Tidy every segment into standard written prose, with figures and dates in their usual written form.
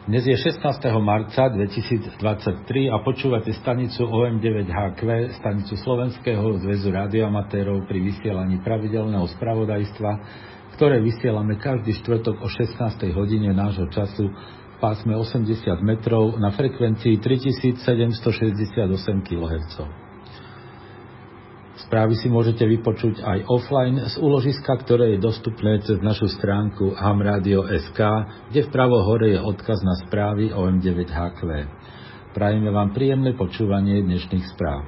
Dnes je 16. marca 2023 a počúvate stanicu OM9HQ, stanicu Slovenského zväzu rádioamatérov pri vysielaní pravidelného spravodajstva, ktoré vysielame každý štvrtok o 16. hodine nášho času v pásme 80 metrov na frekvencii 3768 kHz. Správy si môžete vypočuť aj offline z úložiska, ktoré je dostupné cez našu stránku hamradio.sk, kde vpravo hore je odkaz na správy OM9HQ. Prajeme vám príjemné počúvanie dnešných správ.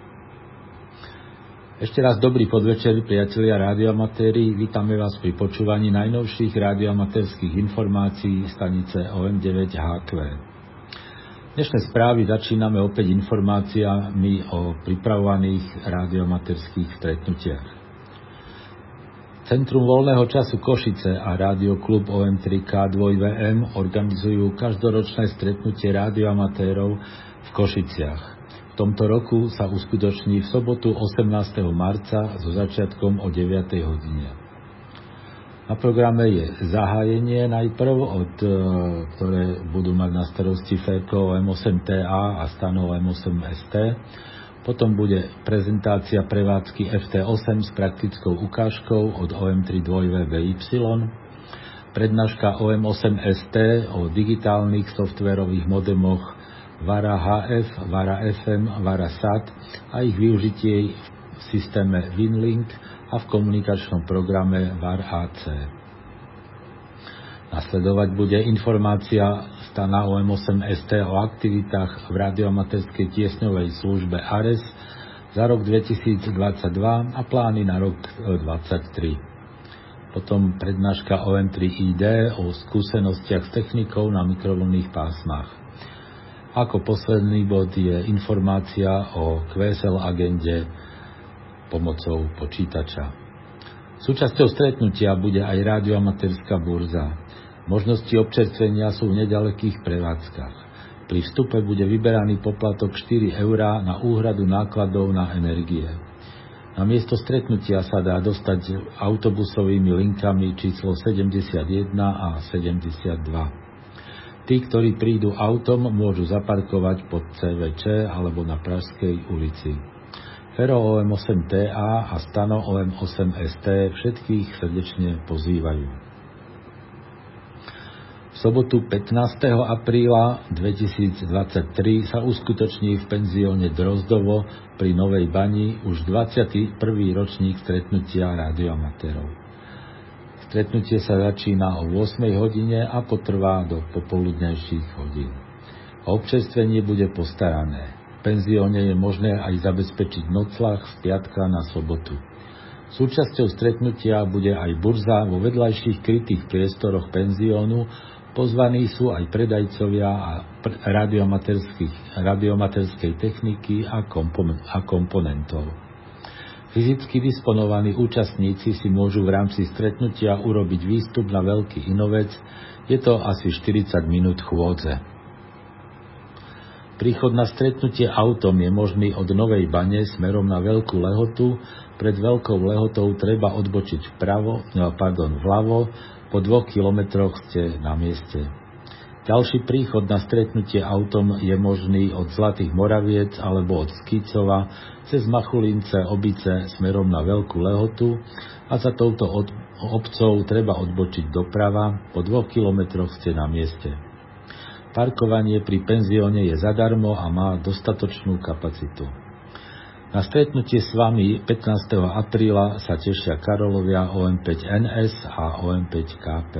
Ešte raz dobrý podvečer, priatelia rádioamatéri. Vítame vás pri počúvaní najnovších rádioamatérskych informácií stanice OM9HQ. Dnešné správy začíname opäť informáciami o pripravovaných rádioamatérskych stretnutiach. Centrum voľného času Košice a Rádioklub OM3K2VM organizujú každoročné stretnutie rádioamatérov v Košiciach. V tomto roku sa uskutoční v sobotu 18. marca so začiatkom o 9. hodine. Na programe je zahájenie najprv, ktoré budú mať na starosti FEKO OM8TA a Stano OM8ST. Potom bude prezentácia prevádzky FT8 s praktickou ukážkou od OM3-2VBY, prednáška OM8ST o digitálnych softvérových modemoch VARA HF, VARA FM, VARA SAT a ich využitie v systéme WinLink a v komunikačnom programe VAR-AC. Nasledovať bude informácia Stana OM8ST o aktivitách v radioamatérskej tiesňovej službe ARES za rok 2022 a plány na rok 2023. Potom prednáška OM3ID o skúsenostiach s technikou na mikrovlnných pásmach. Ako posledný bod je informácia o QSL agende pomocou počítača. Súčasťou stretnutia bude aj rádioamatérska burza. Možnosti občerstvenia sú v nedalekých prevádzkach. Pri vstupe bude vyberaný poplatok 4 € na úhradu nákladov na energie. Na miesto stretnutia sa dá dostať autobusovými linkami číslo 71 a 72. Tí, ktorí prídu autom, môžu zaparkovať pod CVČ alebo na Pražskej ulici. Fero OM8TA a Stano OM8ST všetkých srdečne pozývajú. V sobotu 15. apríla 2023 sa uskutoční v penzióne Drozdovo pri Novej Bani už 21. ročník stretnutia rádioamatérov. Stretnutie sa začína o 8. hodine a potrvá do popoludnejších hodín. Občerstvenie bude postarané. V penzióne je možné aj zabezpečiť nocľah z piatka na sobotu. Súčasťou stretnutia bude aj burza vo vedľajších krytých priestoroch penziónu. Pozvaní sú aj predajcovia a radioamatérskej techniky a komponentov. Fyzicky disponovaní účastníci si môžu v rámci stretnutia urobiť výstup na Veľký Inovec. Je to asi 40 minút chôdze. Príchod na stretnutie autom je možný od Novej Bane smerom na Veľkú Lehotu. Pred Veľkou Lehotou treba odbočiť vľavo, po 2 kilometroch ste na mieste. Ďalší príchod na stretnutie autom je možný od Zlatých Moraviec alebo od Skicova cez Machulince, Obice smerom na Veľkú Lehotu a za touto obcou treba odbočiť doprava, po 2 kilometroch ste na mieste. Parkovanie pri penzióne je zadarmo a má dostatočnú kapacitu. Na stretnutie s vami 15. apríla sa tešia Karolovia OM5NS a OM5KP.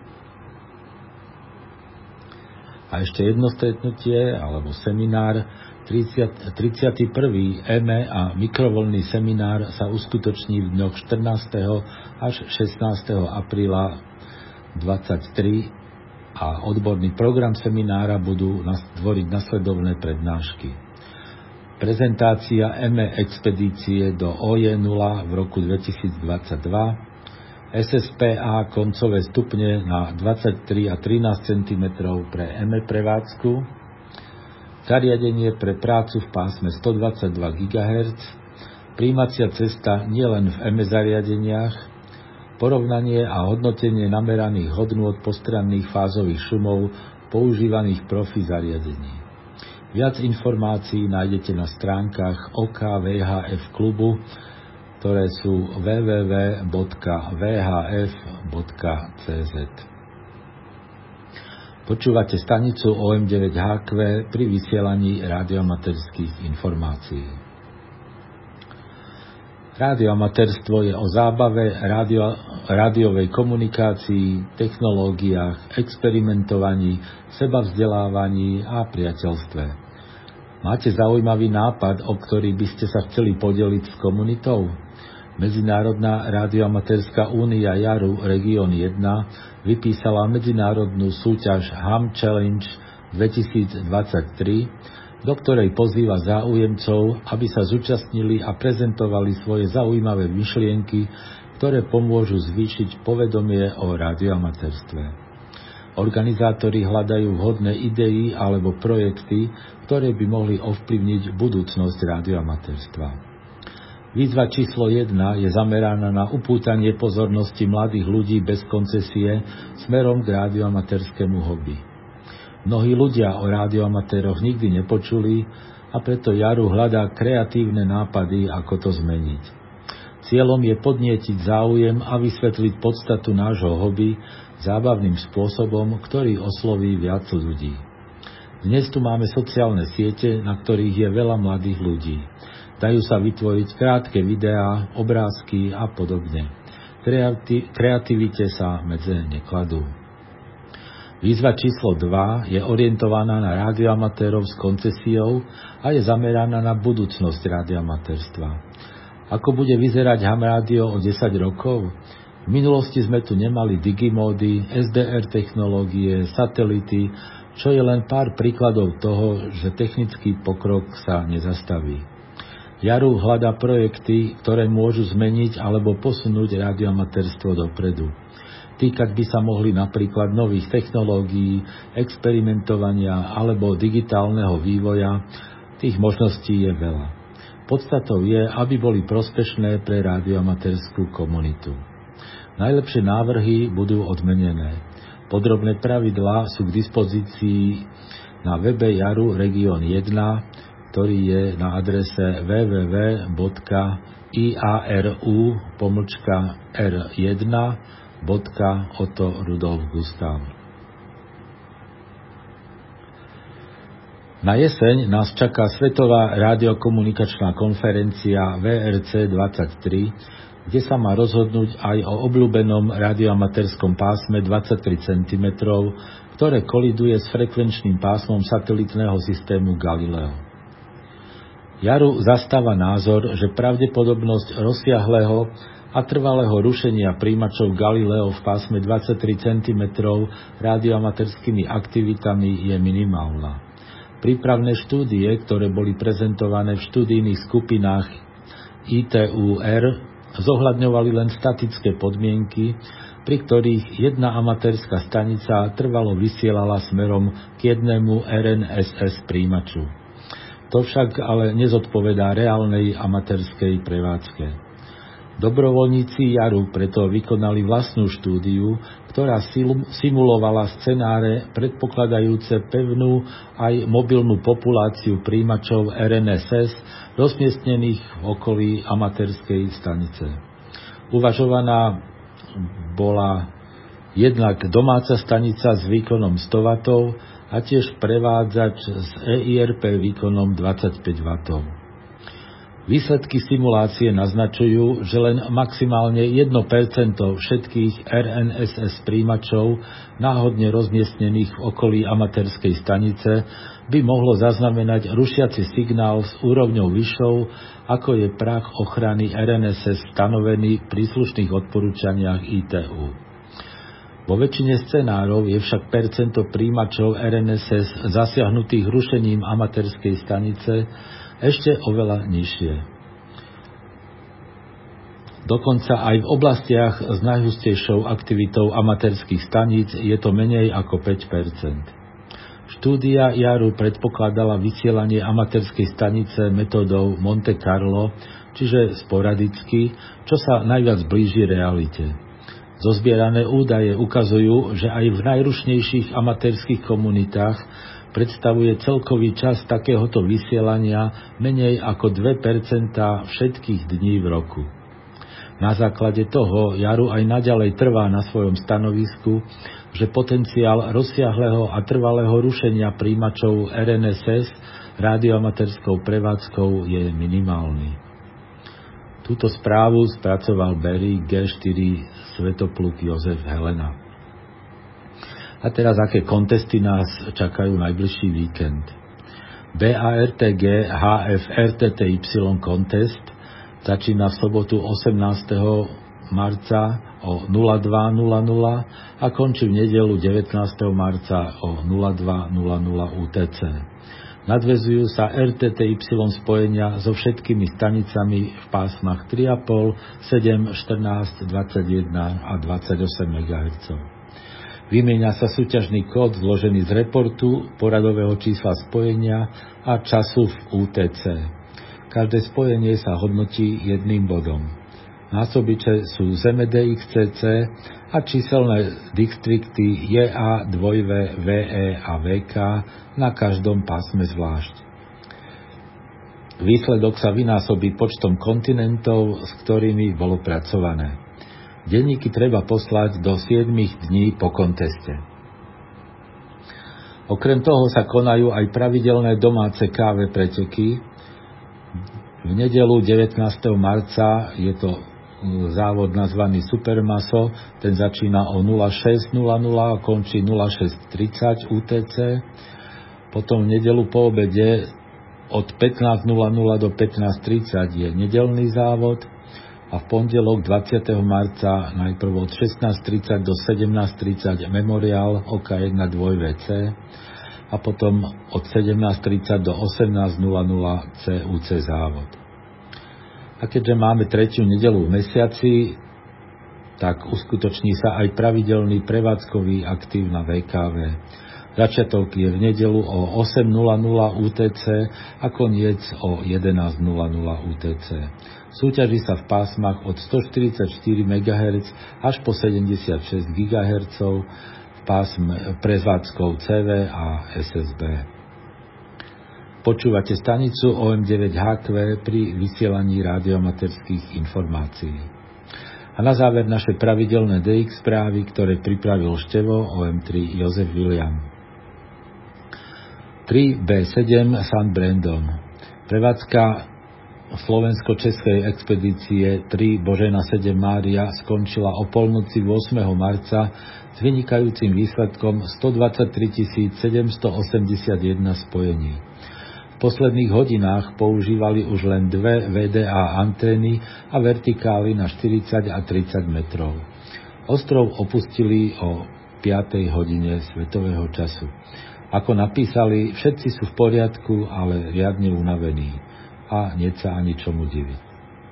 A ešte jedno stretnutie alebo seminár 31. EME a mikrovoľný seminár sa uskutoční v dňoch 14. až 16. apríla 2023 a odborný program seminára budú tvoriť nasledovné prednášky. Prezentácia EME expedície do OJ0 v roku 2022, SSPA koncové stupne na 23 a 13 cm pre EME prevádzku, zariadenie pre prácu v pásme 122 GHz, prijímacia cesta nielen v EME zariadeniach, porovnanie a hodnotenie nameraných hodnôt postranných fázových šumov používaných profi zariadení. Viac informácií nájdete na stránkach OKVHF klubu, ktoré sú www.vhf.cz. Počúvate stanicu OM9HQ pri vysielaní radioamatérskych informácií. Radioamatérstvo je o zábave, rádiovej komunikácii, technológiách, experimentovaní, sebavzdelávaní a priateľstve. Máte zaujímavý nápad, o ktorý by ste sa chceli podeliť s komunitou? Medzinárodná radioamatérska únia Jaru Region 1 vypísala medzinárodnú súťaž Ham Challenge 2023, do ktorej pozýva záujemcov, aby sa zúčastnili a prezentovali svoje zaujímavé myšlienky, ktoré pomôžu zvýšiť povedomie o radioamatérstve. Organizátori hľadajú vhodné idei alebo projekty, ktoré by mohli ovplyvniť budúcnosť radioamatérstva. Výzva číslo 1 je zameraná na upútanie pozornosti mladých ľudí bez koncesie smerom k radioamatérskému hobby. Mnohí ľudia o radioamatéroch nikdy nepočuli a preto Jaru hľadá kreatívne nápady, ako to zmeniť. Cieľom je podnietiť záujem a vysvetliť podstatu nášho hobby zábavným spôsobom, ktorý osloví viac ľudí. Dnes tu máme sociálne siete, na ktorých je veľa mladých ľudí. Dajú sa vytvoriť krátke videá, obrázky a podobne. Kreativite sa medze nekladú. Výzva číslo 2 je orientovaná na radioamatérov s koncesiou a je zameraná na budúcnosť radioamatérstva. Ako bude vyzerať ham rádio o 10 rokov? V minulosti sme tu nemali digimódy, SDR technológie, satelity, čo je len pár príkladov toho, že technický pokrok sa nezastaví. Jaru hľadá projekty, ktoré môžu zmeniť alebo posunúť radioamatérstvo dopredu. Týkať by sa mohli napríklad nových technológií, experimentovania alebo digitálneho vývoja. Tých možností je veľa. Podstatou je, aby boli prospešné pre radioamatérskú komunitu. Najlepšie návrhy budú odmenené. Podrobné pravidlá sú k dispozícii na webe Jaru Region 1, ktorý je na adrese www.iru-r1.Otto Rudolf Gustav. Na jeseň nás čaká Svetová radiokomunikačná konferencia VRC 23, kde sa má rozhodnúť aj o obľúbenom radioamatérskom pásme 23 cm, ktoré koliduje s frekvenčným pásmom satelitného systému Galileo. Jaru zastáva názor, že pravdepodobnosť rozsiahlého a trvalého rušenia príjimačov Galileo v pásme 23 cm radioamaterskými aktivitami je minimálna. Prípravné štúdie, ktoré boli prezentované v študijných skupinách ITUR, zohľadňovali len statické podmienky, pri ktorých jedna amatérska stanica trvalo vysielala smerom k jednému RNSS príjimaču. To však ale nezodpovedá reálnej amatérskej prevádzke. Dobrovoľníci Jaru preto vykonali vlastnú štúdiu, ktorá simulovala scenáre predpokladajúce pevnú aj mobilnú populáciu príjimačov RNSS rozmiestnených v okolí amatérskej stanice. Uvažovaná bola jednak domáca stanica s výkonom 100 W a tiež prevádzač s EIRP výkonom 25 W. Výsledky simulácie naznačujú, že len maximálne 1% všetkých RNSS príjimačov náhodne rozmiestnených v okolí amatérskej stanice by mohlo zaznamenať rušiaci signál s úrovňou vyššou, ako je prah ochrany RNSS stanovený v príslušných odporúčaniach ITU. Vo väčšine scenárov je však percento príjimačov RNSS zasiahnutých rušením amatérskej stanice ešte oveľa nižšie. Dokonca aj v oblastiach s najhustejšou aktivitou amatérskych staníc je to menej ako 5%. Štúdia Jaru predpokladala vysielanie amatérskej stanice metódou Monte Carlo, čiže sporadicky, čo sa najviac blíži realite. Zozbierané údaje ukazujú, že aj v najrušnejších amatérskych komunitách predstavuje celkový čas takéhoto vysielania menej ako 2% všetkých dní v roku. Na základe toho Jaru aj naďalej trvá na svojom stanovisku, že potenciál rozsiahleho a trvalého rušenia príjimačov RNSS rádioamatérskou prevádzkou je minimálny. Túto správu spracoval Barry G4 Svetopluk Jozef Helena. A teraz aké kontesty nás čakajú najbližší víkend. BARTG HF RTTY kontest začína v sobotu 18. marca o 02:00 a končí v nedeľu 19. marca o 02:00 UTC. Nadväzujú sa RTTY spojenia so všetkými stanicami v pásmach 3,5, 7, 14, 21 a 28 MHz. Vymieňa sa súťažný kód zložený z reportu, poradového čísla spojenia a času v UTC. Každé spojenie sa hodnotí 1 bodom. Násobiče sú ZMDXCC a číselné distrikty JA, 2V, VE a VK na každom pásme zvlášť. Výsledok sa vynásobí počtom kontinentov, s ktorými bolo pracované. Denníky treba poslať do 7 dní po konteste. Okrem toho sa konajú aj pravidelné domáce KV preteky. V nedeľu 19. marca je to závod nazvaný Supermaso, ten začína o 06:00 a končí 06:30 UTC. Potom v nedeľu po obede od 15:00 do 15:30 je nedeľný závod a v pondelok 20. marca najprv od 16:30 do 17:30 Memoriál OK1 2VC a potom od 17:30 do 18:00 CUC závod. A keďže máme tretiu nedeľu v mesiaci, tak uskutoční sa aj pravidelný prevádzkový aktív na VKV. Začiatok je v nedeľu o 8:00 UTC a koniec o 11:00 UTC. Súťaží sa v pásmach od 144 MHz až po 76 GHz v pásme prevádzkov CV a SSB. Počúvate stanicu OM9HQ pri vysielaní rádioamatérskych informácií. A na záver naše pravidelné DX správy, ktoré pripravil števo OM3 Jozef William. 3B7 St. Brandon. Prevádzka slovensko-českej expedície 3 Božena 7 Mária skončila o polnoci 8. marca s vynikajúcim výsledkom 123 781 spojení. V posledných hodinách používali už len 2 VDA antény a vertikály na 40 a 30 metrov. Ostrov opustili o 5. hodine svetového času. Ako napísali, všetci sú v poriadku, ale riadne unavení. A nie sa ani čomu diviť.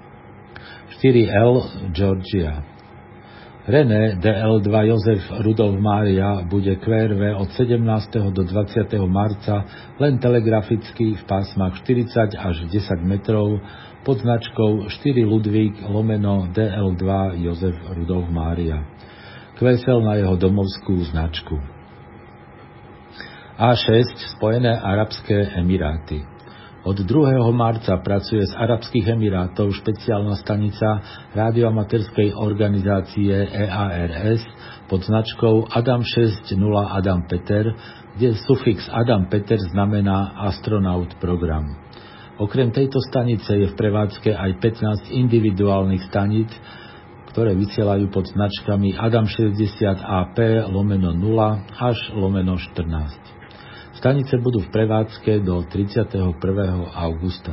4L Georgia. René DL2 Jozef Rudolf Mária bude QRV od 17. do 20. marca len telegraficky v pásmach 40 až 10 metrov pod značkou 4 Ludvík lomeno DL2 Jozef Rudolf Mária. QSL na jeho domovskú značku. A6 Spojené arabské emiráty. Od 2. marca pracuje z Arabských Emirátov špeciálna stanica rádioamatérskej organizácie EARS pod značkou Adam 6.0 Adam Peter, kde sufix Adam Peter znamená astronaut program. Okrem tejto stanice je v prevádzke aj 15 individuálnych staníc, ktoré vysielajú pod značkami Adam 60 AP lomeno 0 až lomeno 14. Stanice budú v prevádzke do 31. augusta.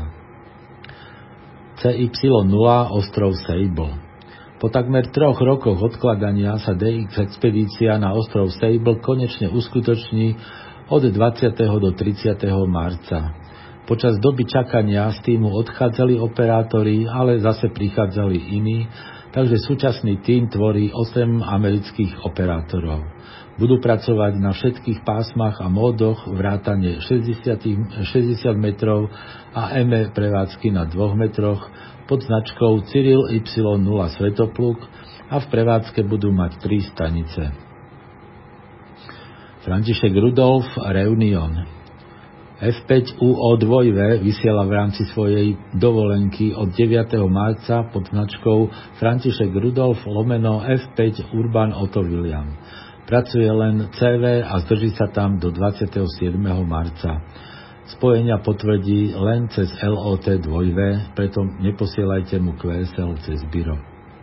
CY0 ostrov Sable. Po takmer 3 rokoch odkladania sa DX expedícia na ostrov Sable konečne uskutoční od 20. do 30. marca. Počas doby čakania z týmu odchádzali operátori, ale zase prichádzali iní, takže súčasný tím tvorí 8 amerických operátorov. Budú pracovať na všetkých pásmach a módoch vrátane 60 metrov a ME prevádzky na 2 metroch, pod značkou Cyril Y0 Svetopluk a v prevádzke budú mať 3 stanice. František Rudolf Reunion. F5UO2V vysiela v rámci svojej dovolenky od 9. marca pod značkou František Rudolf lomeno F5 Urban Otto William. Pracuje len CV a zdrží sa tam do 27. marca. Spojenia potvrdí len cez LOT2V, preto neposielajte mu QSL cez Biro.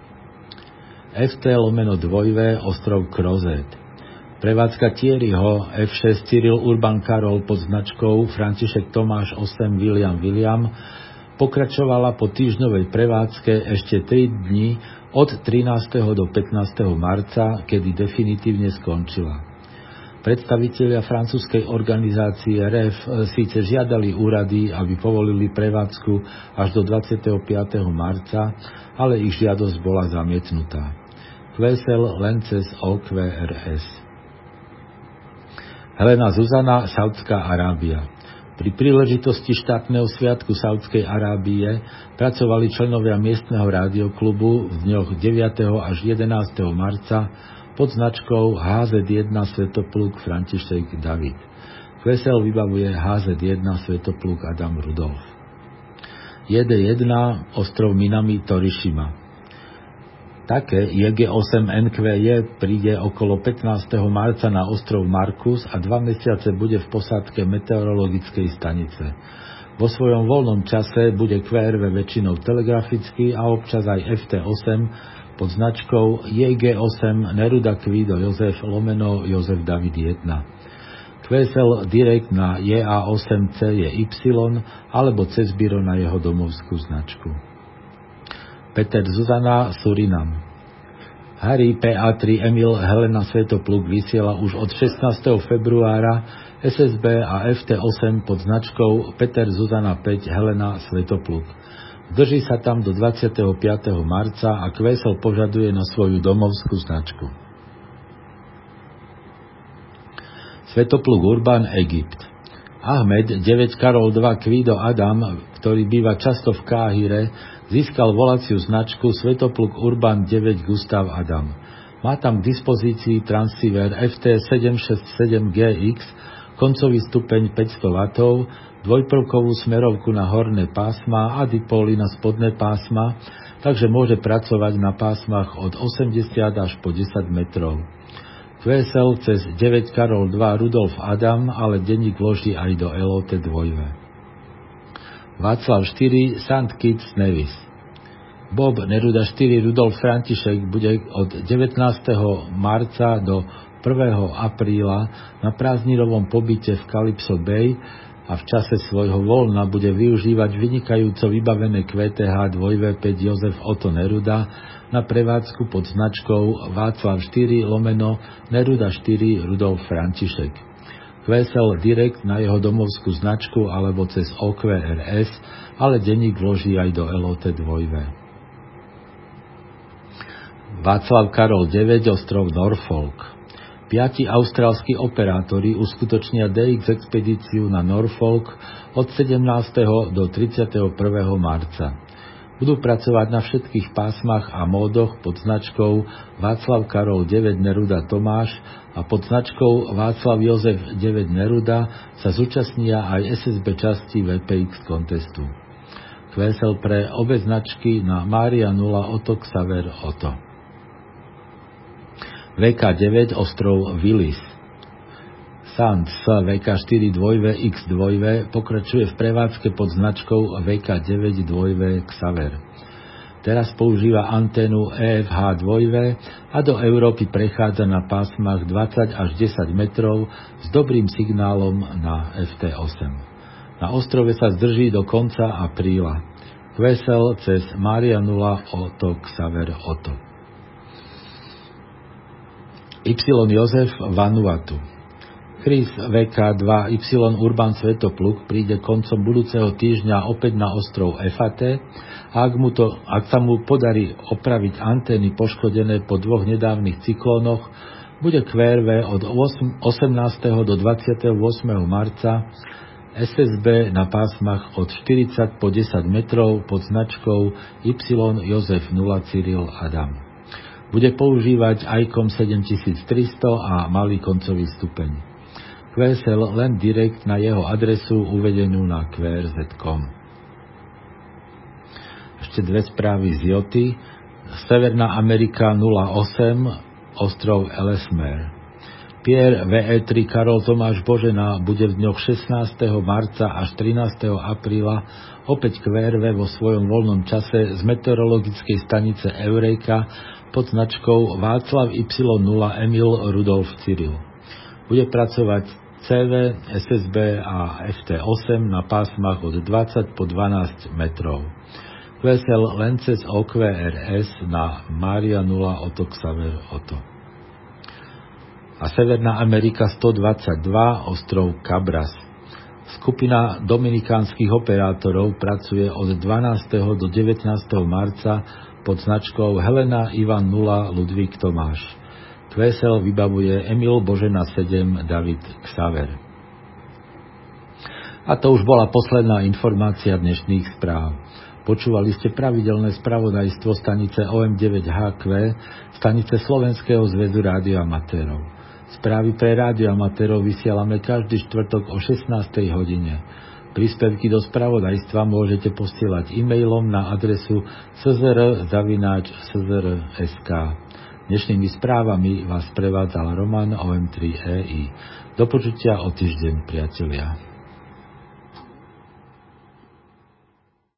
FT lomeno 2V ostrov Crozet. Prevádzka Thierryho F6 Cyril Urban Karol pod značkou František Tomáš 8 William pokračovala po týždňovej prevádzke ešte 3 dni od 13. do 15. marca, kedy definitívne skončila. Predstavitelia francúzskej organizácie REF síce žiadali úrady, aby povolili prevádzku až do 25. marca, ale ich žiadosť bola zamietnutá. QSL len cez OQRS. Helena Zuzana, Saudská Arábia. Pri príležitosti štátneho sviatku Saudskej Arábie pracovali členovia miestneho rádioklubu v dňoch 9. až 11. marca pod značkou HZ1 Svetopluk František David. QSL vybavuje HZ1 Svetopluk Adam Rudolf. JD1 ostrov Minami Torishima. Také JG8NQJ príde okolo 15. marca na ostrov Markus a 2 mesiace bude v posádke meteorologickej stanice. Vo svojom voľnom čase bude QRV väčšinou telegraficky a občas aj FT8 pod značkou JG8 Neruda Kvido Jozef lomeno Jozef David 1. QSL direkt na JA8C je Y alebo cez Biro na jeho domovskú značku. Peter Zuzana, Surinam. Harry PA3 Emil Helena Svetopluk vysiela už od 16. februára SSB a FT8 pod značkou Peter Zuzana 5 Helena Svetopluk. Drží sa tam do 25. marca a QSL požaduje na svoju domovskú značku. Svetopluk Urban Egypt. Ahmed 9 Karol 2 Kvido Adam, ktorý býva často v Káhire, získal volaciu značku Svetopluk Urban 9 Gustav Adam. Má tam k dispozícii transceiver FT767GX, koncový stupeň 500 W, dvojprvkovú smerovku na horné pásma a dipóly na spodné pásma, takže môže pracovať na pásmach od 80 až po 10 metrov. QSL cez 9 Karol 2 Rudolf Adam, ale denník vloží aj do LOT 2V. Václav 4 St. Kitts Nevis. Bob Neruda 4 Rudolf František bude od 19. marca do 1. apríla na prázdninovom pobyte v Calypso Bay a v čase svojho voľna bude využívať vynikajúco vybavené QTH 2V5 Jozef Otto Neruda na prevádzku pod značkou Václav 4 lomeno Neruda 4 Rudolf František. QSL direkt na jeho domovskú značku alebo cez OQRS, ale denník vloží aj do LOT 2V. Václav Karol 9 ostrov Norfolk. 5 austrálski operátori uskutočnia DX expedíciu na Norfolk od 17. do 31. marca. Budú pracovať na všetkých pásmach a módoch pod značkou Václav Karol 9 Neruda Tomáš a pod značkou Václav Jozef 9 Neruda sa zúčastnia aj SSB časti VPX kontestu. QSL pre obe značky na Mária 0 Otto Xaver Otto. VK9 ostrov Willis. Sands VK4 2V X2V pokračuje v prevádzke pod značkou VK9 2V Xaver. Teraz používa anténu EFH 2V a do Európy prechádza na pásmach 20 až 10 metrov s dobrým signálom na FT8. Na ostrove sa zdrží do konca apríla. QSL cez Mária 0 Otto Xaver Otto. Y Jozef Vanuatu. Chris VK2 Y Urban Svetopluk príde koncom budúceho týždňa opäť na ostrov FAT a ak sa mu podarí opraviť antény poškodené po 2 nedávnych cyklónoch, bude QRV od 18. do 28. marca SSB na pásmach od 40 po 10 metrov pod značkou Y Jozef 0 Cyril Adam. Bude používať ICOM 7300 a malý koncový stupeň. QSL len direkt na jeho adresu uvedenú na qrz.com. Ešte dve správy z Joty. Severná Amerika 08, ostrov Ellesmere. Pierre VE3 Karol Tomáš Božena bude v dňoch 16. marca až 13. apríla opäť QRV vo svojom voľnom čase z meteorologickej stanice Eureka pod značkou Václav Y0 Emil Rudolf Cyril. Bude pracovať CV, SSB a FT8 na pásmach od 20 po 12 metrov. QSL len cez OQRS na Mária 0 Otto Xaver Otto. A Severná Amerika 122, ostrov Cabras. Skupina dominikánskych operátorov pracuje od 12. do 19. marca pod značkou Helena Ivan 0 Ludvík Tomáš. QSL vybavuje Emil Božena 7 David Xaver. A to už bola posledná informácia dnešných správ. Počúvali ste pravidelné spravodajstvo stanice OM9HQ, stanice Slovenského zväzu rádioamatérov. Správy pre rádioamatérov vysielame každý štvrtok o 16. hodine. Príspevky do spravodajstva môžete posielať e-mailom na adresu czr@czr.sk. Dnešnými správami vás prevádzal Roman OM3EI. Do počutia o týždeň, priatelia.